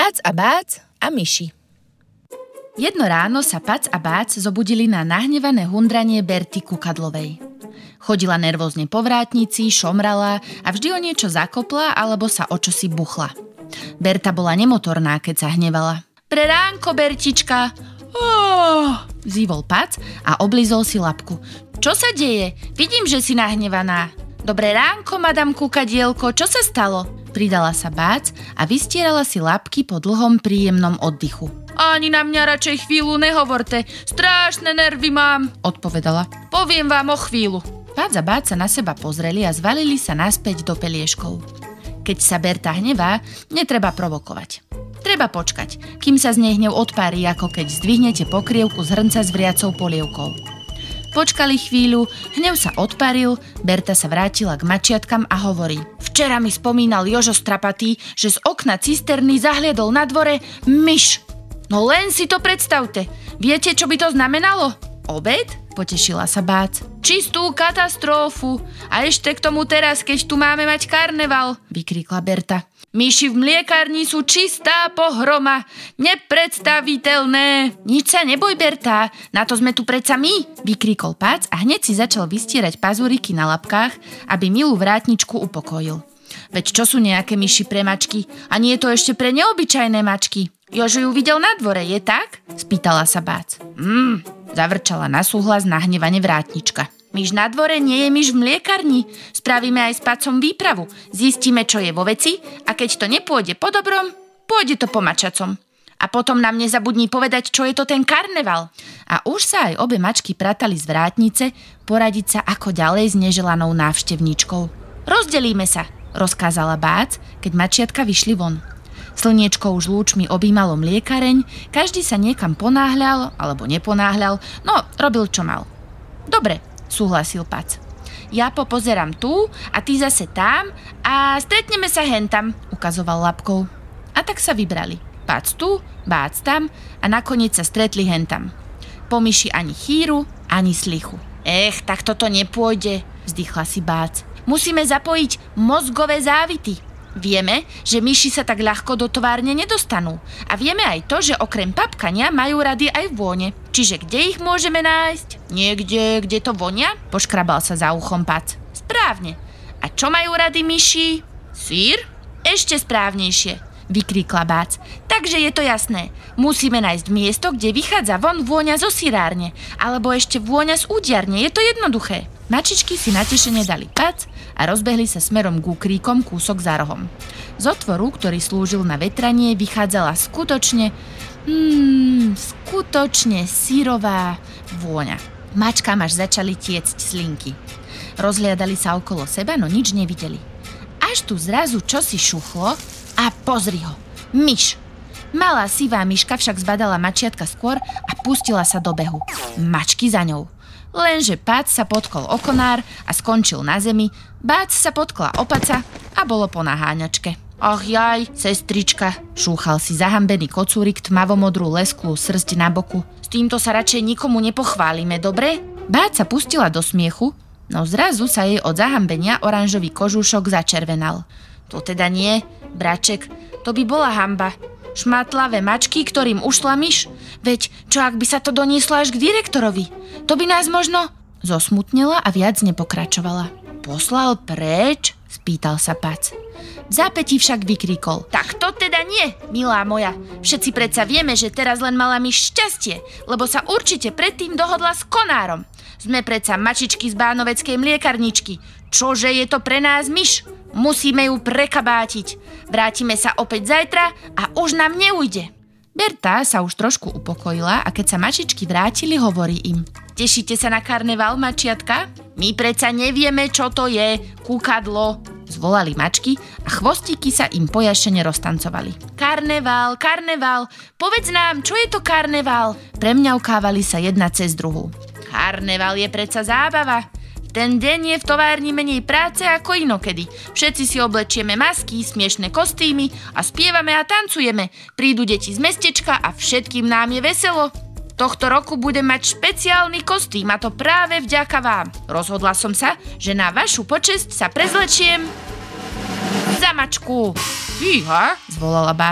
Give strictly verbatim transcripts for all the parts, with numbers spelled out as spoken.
Pac a Bác a myši. Jedno ráno sa Pac a Bác zobudili na nahnevané hundranie Berty Kukadlovej. Chodila nervózne po vrátnici, šomrala a vždy o niečo zakopla alebo sa o čosi buchla. Berta bola nemotorná, keď sa hnevala. Pre ránko, Bertička! Oh, zývol Pac a oblízol si labku. Čo sa deje? Vidím, že si nahnevaná. Dobré ránko, madam Kukadielko, čo sa stalo? Pridala sa Bác a vystierala si labky po dlhom príjemnom oddychu. Ani na mňa radšej chvíľu nehovorte, strašné nervy mám, odpovedala. Poviem vám o chvíľu. Pac a Bác sa na seba pozreli a zvalili sa naspäť do pelieškov. Keď sa Berta hnevá, netreba provokovať. Treba počkať, kým sa z nej hnev odpári, ako keď zdvihnete pokrievku z hrnca s vriacou polievkou. Počkali chvíľu, hnev sa odparil, Berta sa vrátila k mačiatkam a hovorí. Včera mi spomínal Jožo Strapatý, že z okna cisterny zahliadol na dvore myš. No len si to predstavte. Viete, čo by to znamenalo? Obed? Potešila sa Bác. Čistú katastrofu. A ešte k tomu teraz, keď tu máme mať karneval, vykríkla Berta. Myši v mliekárni sú čistá pohroma. Nepredstaviteľné. Nič sa neboj, Berta. Na to sme tu predsa my, vykríkol Pac a hneď si začal vystierať pazúriky na labkách, aby milú vrátničku upokojil. Veď čo sú nejaké myši pre mačky? A nie je to ešte pre neobyčajné mačky. Jožo ju videl na dvore, je tak? Spýtala sa Bác. Mmm, zavrčala na súhlas nahnevane vrátnička. Myš na dvore nie je myš v mliekarni. Spravíme aj s Pacom výpravu. Zistíme, čo je vo veci a keď to nepôjde po dobrom, pôjde to po mačacom. A potom nám nezabudni povedať, čo je to ten karneval. A už sa aj obe mačky pratali z vrátnice poradiť sa ako ďalej s neželanou návštevníčkou. Rozdelíme sa, rozkázala Bác, keď mačiatka vyšli von. Slniečko už lúčmi objímalo mliekareň, každý sa niekam ponáhľal alebo neponáhľal, no robil čo mal. Dobre, súhlasil Pac. Ja popozerám tu a ty zase tam a stretneme sa hentam, ukazoval labkou. A tak sa vybrali. Pac tu, Bác tam a nakoniec sa stretli hentam. Po myši ani chýru, ani slichu. Ech, tak toto nepôjde, vzdychla si Bác. Musíme zapojiť mozgové závity. Vieme, že myši sa tak ľahko do továrne nedostanú. A vieme aj to, že okrem papkania majú rady aj vône. Čiže kde ich môžeme nájsť? Niekde, kde to vonia? Poškrabal sa za uchom Pac. Správne. A čo majú rady myši? Sír? Ešte správnejšie, vykríkla Bác. Takže je to jasné. Musíme nájsť miesto, kde vychádza von vôňa zo sírárne. Alebo ešte vôňa z údiarne. Je to jednoduché. Mačičky si natešene dali Pac a rozbehli sa smerom k kríkom kúsok za rohom. Z otvoru, ktorý slúžil na vetranie, vychádzala skutočne, hmm, skutočne syrová vôňa. Mačkám až začali tiecť slinky. Rozhliadali sa okolo seba, no nič nevideli. Až tu zrazu čosi šuchlo a pozri ho, myš. Malá sivá myška však zbadala mačiatka skôr a pustila sa do behu. Mačky za ňou. Lenže Pac sa potkol o konár a skončil na zemi, Bác sa potkla o Paca a bolo po naháňačke. Ach jaj, sestrička, šúchal si zahambený kocúrik tmavomodrú lesklú srsť na boku. S týmto sa radšej nikomu nepochválime, dobre? Bác sa pustila do smiechu, no zrazu sa jej od zahambenia oranžový kožúšok začervenal. To teda nie, braček, to by bola hanba. Šmatlavé mačky, ktorým ušla myš. Veď čo ak by sa to donieslo až k direktorovi? To by nás možno... Zosmutnela a viac nepokračovala. Poslal preč? Spýtal sa Pac. V zápätí však vykríkol. Tak to teda nie, milá moja. Všetci predsa vieme, že teraz len mala myš šťastie, lebo sa určite predtým dohodla s konárom. Sme predsa mačičky z bánoveckej mliekarničky. Čože je to pre nás myš? Musíme ju prekabátiť. Vrátime sa opäť zajtra a už nám neujde. Berta sa už trošku upokojila a keď sa mačičky vrátili, hovorí im. Tešíte sa na karneval, mačiatka? My predsa nevieme, čo to je, kúkadlo. Zvolali mačky a chvostíky sa im pojašene roztancovali. Karneval, karneval, povedz nám, čo je to karneval? Premňaukávali sa jedna cez druhú. Karneval je predsa zábava. Ten deň je v továrni menej práce ako inokedy. Všetci si oblečieme masky, smiešne kostýmy a spievame a tancujeme. Prídu deti z mestečka a všetkým nám je veselo. Tohto roku budem mať špeciálny kostým a to práve vďaka vám. Rozhodla som sa, že na vašu počesť sa prezlečiem za mačku. Fíha, zvolala Bác.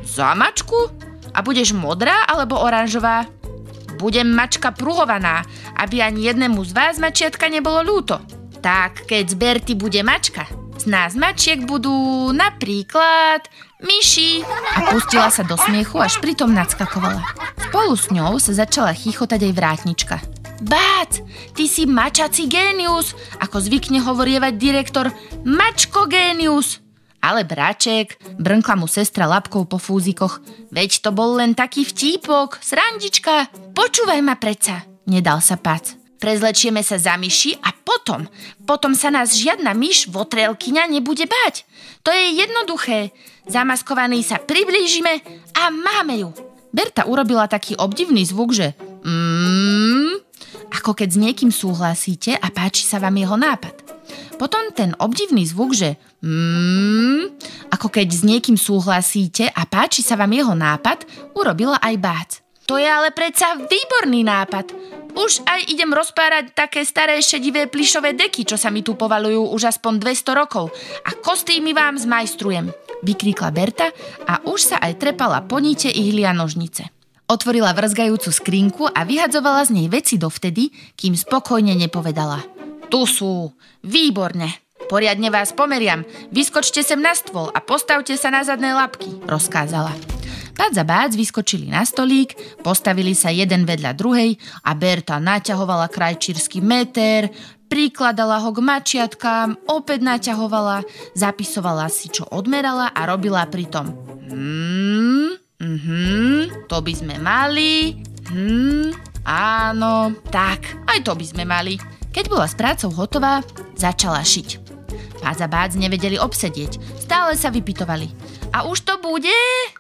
Za mačku? A budeš modrá alebo oranžová? Budem mačka pruhovaná, aby ani jednému z vás mačiatka nebolo ľúto. Tak, keď z Berty bude mačka, z nás mačiek budú napríklad myši. A pustila sa do smiechu, až pritom nadskakovala. Spolu s ňou sa začala chichotať aj vrátnička. Bác, ty si mačací génius, ako zvykne hovorievať direktor, mačko génius. Ale braček, brnkla mu sestra labkou po fúzikoch, veď to bol len taký vtípok, srandička. Počúvaj ma predsa, nedal sa Pac. Prezlečieme sa za myši a potom, potom sa nás žiadna myš votrelkyňa nebude báť. To je jednoduché. Zamaskovaný sa priblížime a máme ju. Berta urobila taký obdivný zvuk, že mm, ako keď s niekým súhlasíte a páči sa vám jeho nápad. Potom ten obdivný zvuk, že mm, ako keď s niekým súhlasíte a páči sa vám jeho nápad, urobila aj Bác. To je ale predsa výborný nápad. Už aj idem rozpárať také staré šedivé plišové deky, čo sa mi tu povalujú už aspoň dvesto rokov. A kostýmy vám zmajstrujem, vykríkla Berta a už sa aj trepala po nite ihly a nožnice. Otvorila vrzgajúcu skrinku a vyhadzovala z nej veci dovtedy, kým spokojne nepovedala. Tu sú, výborne. Poriadne vás pomeriam, vyskočte sem na stôl a postavte sa na zadné labky, rozkázala. Pac a Bác vyskočili na stolík, postavili sa jeden vedľa druhej a Berta naťahovala krajčírsky meter, prikladala ho k mačiatkám, opäť naťahovala, zapisovala si, čo odmerala a robila pritom hmm, mhm, to by sme mali, hmm, áno, tak, aj to by sme mali. Keď bola s prácou hotová, začala šiť. Pac a Bác nevedeli obsedieť, stále sa vypytovali. A už to bude?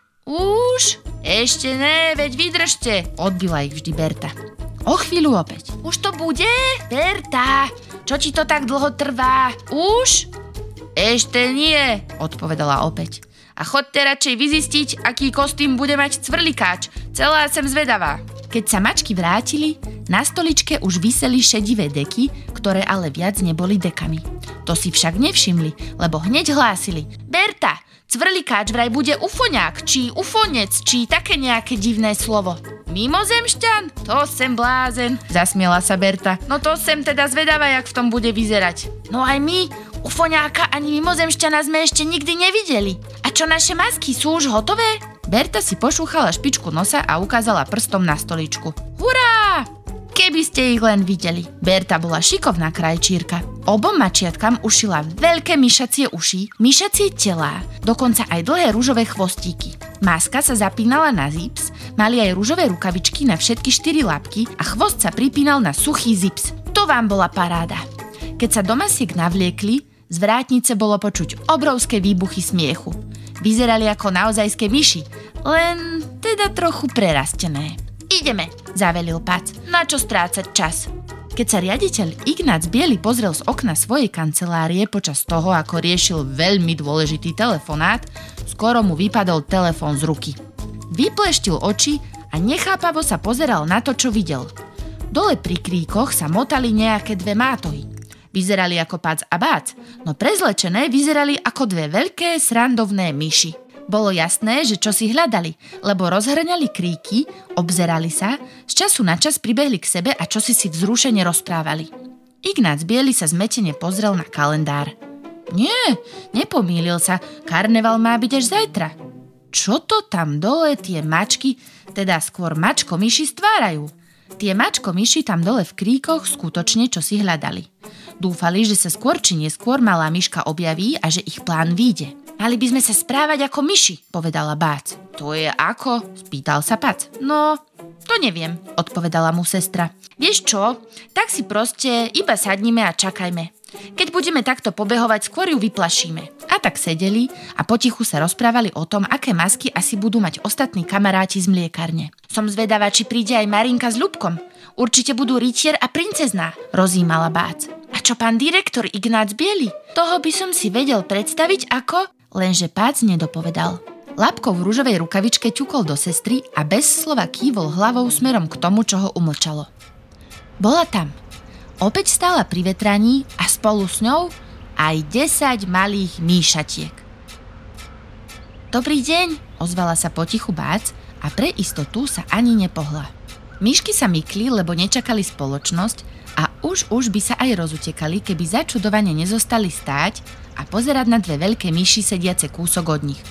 Už? Ešte ne, veď vydržte, odbila ich vždy Berta. O chvíľu opäť. Už to bude? Berta, čo ti to tak dlho trvá? Už? Ešte nie, odpovedala opäť. A chodte radšej vyzistiť, aký kostým bude mať cvrlikáč. Celá sem zvedavá. Keď sa mačky vrátili, na stoličke už viseli šedivé deky, ktoré ale viac neboli dekami. To si však nevšimli, lebo hneď hlásili. Berta, cvrlikáč vraj bude ufoňák, či ufonec, či také nejaké divné slovo. Mimozemšťan? To sem blázen, zasmiela sa Berta. No to sem teda zvedavá, jak v tom bude vyzerať. No aj my, ufoňáka ani mimozemšťana sme ešte nikdy nevideli. A čo naše masky, sú už hotové? Berta si pošúchala špičku nosa a ukázala prstom na stoličku. Hurá! Keby ste ich len videli. Berta bola šikovná krajčírka. Obom mačiatkam ušila veľké myšacie uši, myšacie telá, dokonca aj dlhé ružové chvostíky. Maska sa zapínala na zips, mali aj ružové rukavičky na všetky štyri labky a chvost sa pripínal na suchý zips. To vám bola paráda. Keď sa do masiek navliekli, z vrátnice bolo počuť obrovské výbuchy smiechu. Vyzerali ako naozajské myši, len teda trochu prerastené. Ideme, zavelil Pac. Na čo strácať čas? Keď sa riaditeľ Ignác Biely pozrel z okna svojej kancelárie počas toho, ako riešil veľmi dôležitý telefonát, skoro mu vypadol telefón z ruky. Vypleštil oči a nechápavo sa pozeral na to, čo videl. Dole pri kríkoch sa motali nejaké dve mátohy. Vyzerali ako Pac a Bác, no prezlečené vyzerali ako dve veľké srandovné myši. Bolo jasné, že čo si hľadali, lebo rozhrňali kríky, obzerali sa, z času na čas pribehli k sebe a čosi si vzrušene rozprávali. Ignác Biely sa zmetene pozrel na kalendár. Nie, nepomýlil sa, karneval má byť až zajtra. Čo to tam dole tie mačky, teda skôr mačko myši stvárajú? Tie mačko myši tam dole v kríkoch skutočne čosi hľadali. Dúfali, že sa skôr či neskôr malá myška objaví a že ich plán vyjde. Mali by sme sa správať ako myši, povedala Bác. To je ako? Spýtal sa Pac. No, to neviem, odpovedala mu sestra. Vieš čo? Tak si proste iba sadnime a čakajme. Keď budeme takto pobehovať, skôr ju vyplašíme. A tak sedeli a potichu sa rozprávali o tom, aké masky asi budú mať ostatní kamaráti z mliekarne. Som zvedavá, či príde aj Marinka s Ľubkom. Určite budú rytier a princezná, rozímala Bác. A čo pán direktor Ignác Biely? Toho by som si vedel predstaviť ako... Lenže Pac nedopovedal. Labkou v ružovej rukavičke ťukol do sestry a bez slova kývol hlavou smerom k tomu, čo ho umlčalo. Bola tam. Opäť stála pri vetraní a spolu s ňou aj desať malých míšatiek. Dobrý deň, ozvala sa potichu Bác a pre istotu sa ani nepohla. Myšky sa mykli, lebo nečakali spoločnosť a už už by sa aj rozutekali, keby začudovane nezostali stáť a pozerať na dve veľké myši sediace kúsok od nich.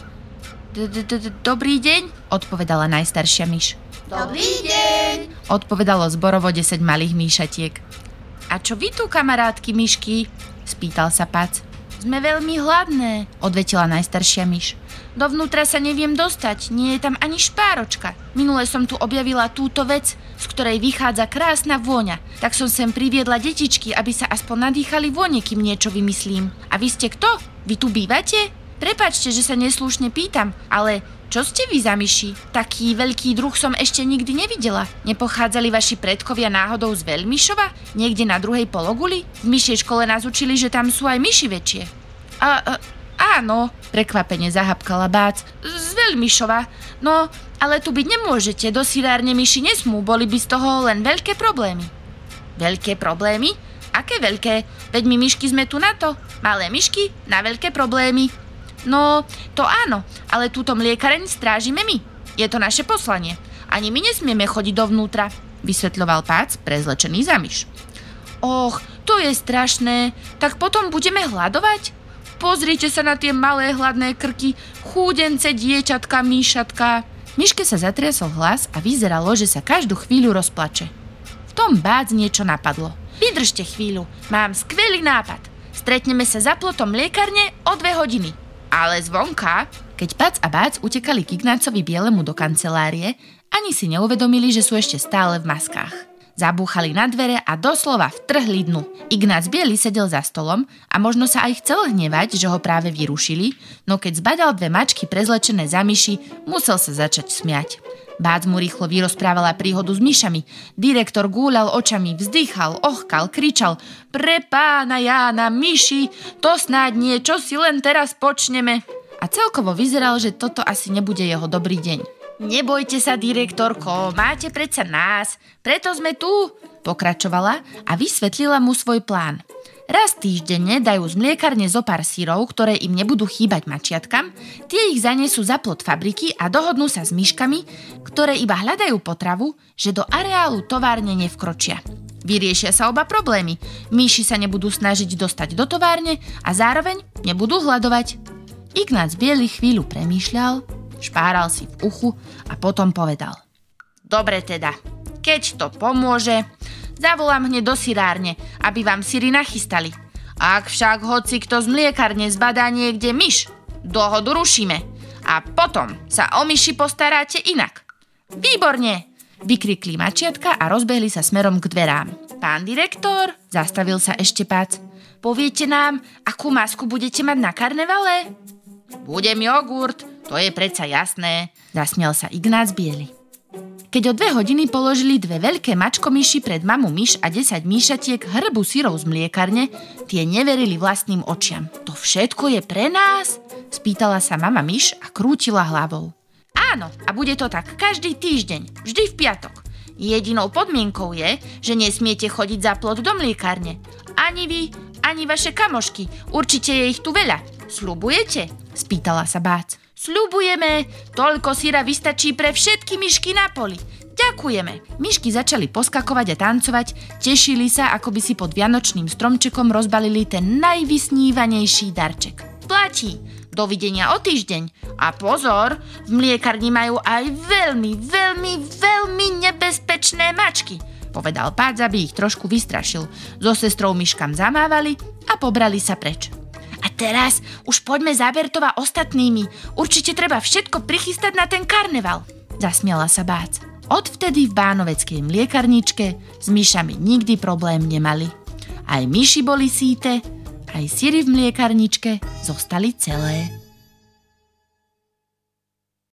Dobrý deň, odpovedala najstaršia myš. Dobrý deň, odpovedalo zborovo desať malých myšatiek. A čo vy tu, kamarátky myšky? Spýtal sa Pac. Sme veľmi hladné, odvetila najstaršia myš. Dovnútra sa neviem dostať, nie je tam ani špáročka. Minule som tu objavila túto vec, z ktorej vychádza krásna vôňa. Tak som sem priviedla detičky, aby sa aspoň nadýchali vône, kým niečo vymyslím. A vy ste kto? Vy tu bývate? Prepáčte, že sa neslušne pýtam, ale čo ste vy za myši? Taký veľký druh som ešte nikdy nevidela. Nepochádzali vaši predkovia náhodou z Veľmišova? Niekde na druhej pologuli? V myšej škole nás učili, že tam sú aj myši väčšie. A... a Áno, prekvapene zahapkala Bác. Z Veľmišova. No, ale tu byť nemôžete, do sirárne myši nesmú, boli by z toho len veľké problémy. Veľké problémy? Aké veľké? Veď my myšky sme tu na to. Malé myšky na veľké problémy. No, to áno, ale túto mliekareň strážime my. Je to naše poslanie. Ani my nesmieme chodiť dovnútra, vysvetľoval Pác, prezlečený za myš. Och, to je strašné. Tak potom budeme hladovať? Pozrite sa na tie malé hladné krky, chúdence diečatka, myšatka. Myške sa zatriasol hlas a vyzeralo, že sa každú chvíľu rozplače. V tom Bác niečo napadlo. Vydržte chvíľu, mám skvelý nápad. Stretneme sa za plotom mliekarne o dve hodiny. Ale zvonka, keď Pac a Bác utekali k Ignácovi Bielemu do kancelárie, ani si neuvedomili, že sú ešte stále v maskách. Zabúchali na dvere a doslova vtrhli dnu. Ignác Biely sedel za stolom a možno sa aj chcel hnevať, že ho práve vyrušili, no keď zbadal dve mačky prezlečené za myši, musel sa začať smiať. Bác mu rýchlo vyrozprávala príhodu s myšami. Direktor gúľal očami, vzdychal, ochkal, kričal: Pre pána Jána, myši, to snáď nie, čo si len teraz počneme. A celkovo vyzeral, že toto asi nebude jeho dobrý deň. Nebojte sa, direktorko, máte predsa nás, preto sme tu, pokračovala a vysvetlila mu svoj plán. Raz týždenne dajú z mliekarne zo pár syrov, ktoré im nebudú chýbať mačiatkam, tie ich zanesú za plot fabriky a dohodnú sa s myškami, ktoré iba hľadajú potravu, že do areálu továrne nevkročia. Vyriešia sa oba problémy. Myši sa nebudú snažiť dostať do továrne a zároveň nebudú hľadovať. Ignác Biely chvíľu premýšľal, špáral si v uchu a potom povedal: Dobre teda, keď to pomôže, zavolám hneď do sirárne, aby vám syry nachystali. Ak však hoci kto z mliekarne zbadá niekde myš, dohodu rušíme a potom sa o myši postaráte inak. Výborne, vykrikli mačiatka a rozbehli sa smerom k dverám. Pán direktor, zastavil sa ešte Pác, poviete nám, akú masku budete mať na karnevale? Budem jogurt, to je predsa jasné, zasmial sa Ignác Biely. Keď o dve hodiny položili dve veľké mačkomyši pred mamu myš a desať myšatiek hrbu syrov z mliekarne, tie neverili vlastným očiam. To všetko je pre nás? Spýtala sa mama myš a krútila hlavou. Áno, a bude to tak každý týždeň, vždy v piatok. Jedinou podmienkou je, že nesmiete chodiť za plot do mliekarne. Ani vy, ani vaše kamošky, určite je ich tu veľa. Sľubujete? Spýtala sa Bác. Sľubujeme, toľko syra vystačí pre všetky myšky na poli. Ďakujeme. Myšky začali poskakovať a tancovať, tešili sa, ako by si pod vianočným stromčekom rozbalili ten najvysnívanejší darček. Platí. Dovidenia o týždeň. A pozor, v mliekarni majú aj veľmi, veľmi, veľmi nebezpečné mačky, povedal Pác, aby ich trošku vystrašil. So sestrou myškam zamávali a pobrali sa preč. A teraz už poďme za Bertova ostatnými. Určite treba všetko prichystať na ten karneval, zasmiala sa Bác. Odvtedy v bánoveckej mliekarničke s myšami nikdy problém nemali. Aj myši boli síte, aj syry v mliekarničke zostali celé.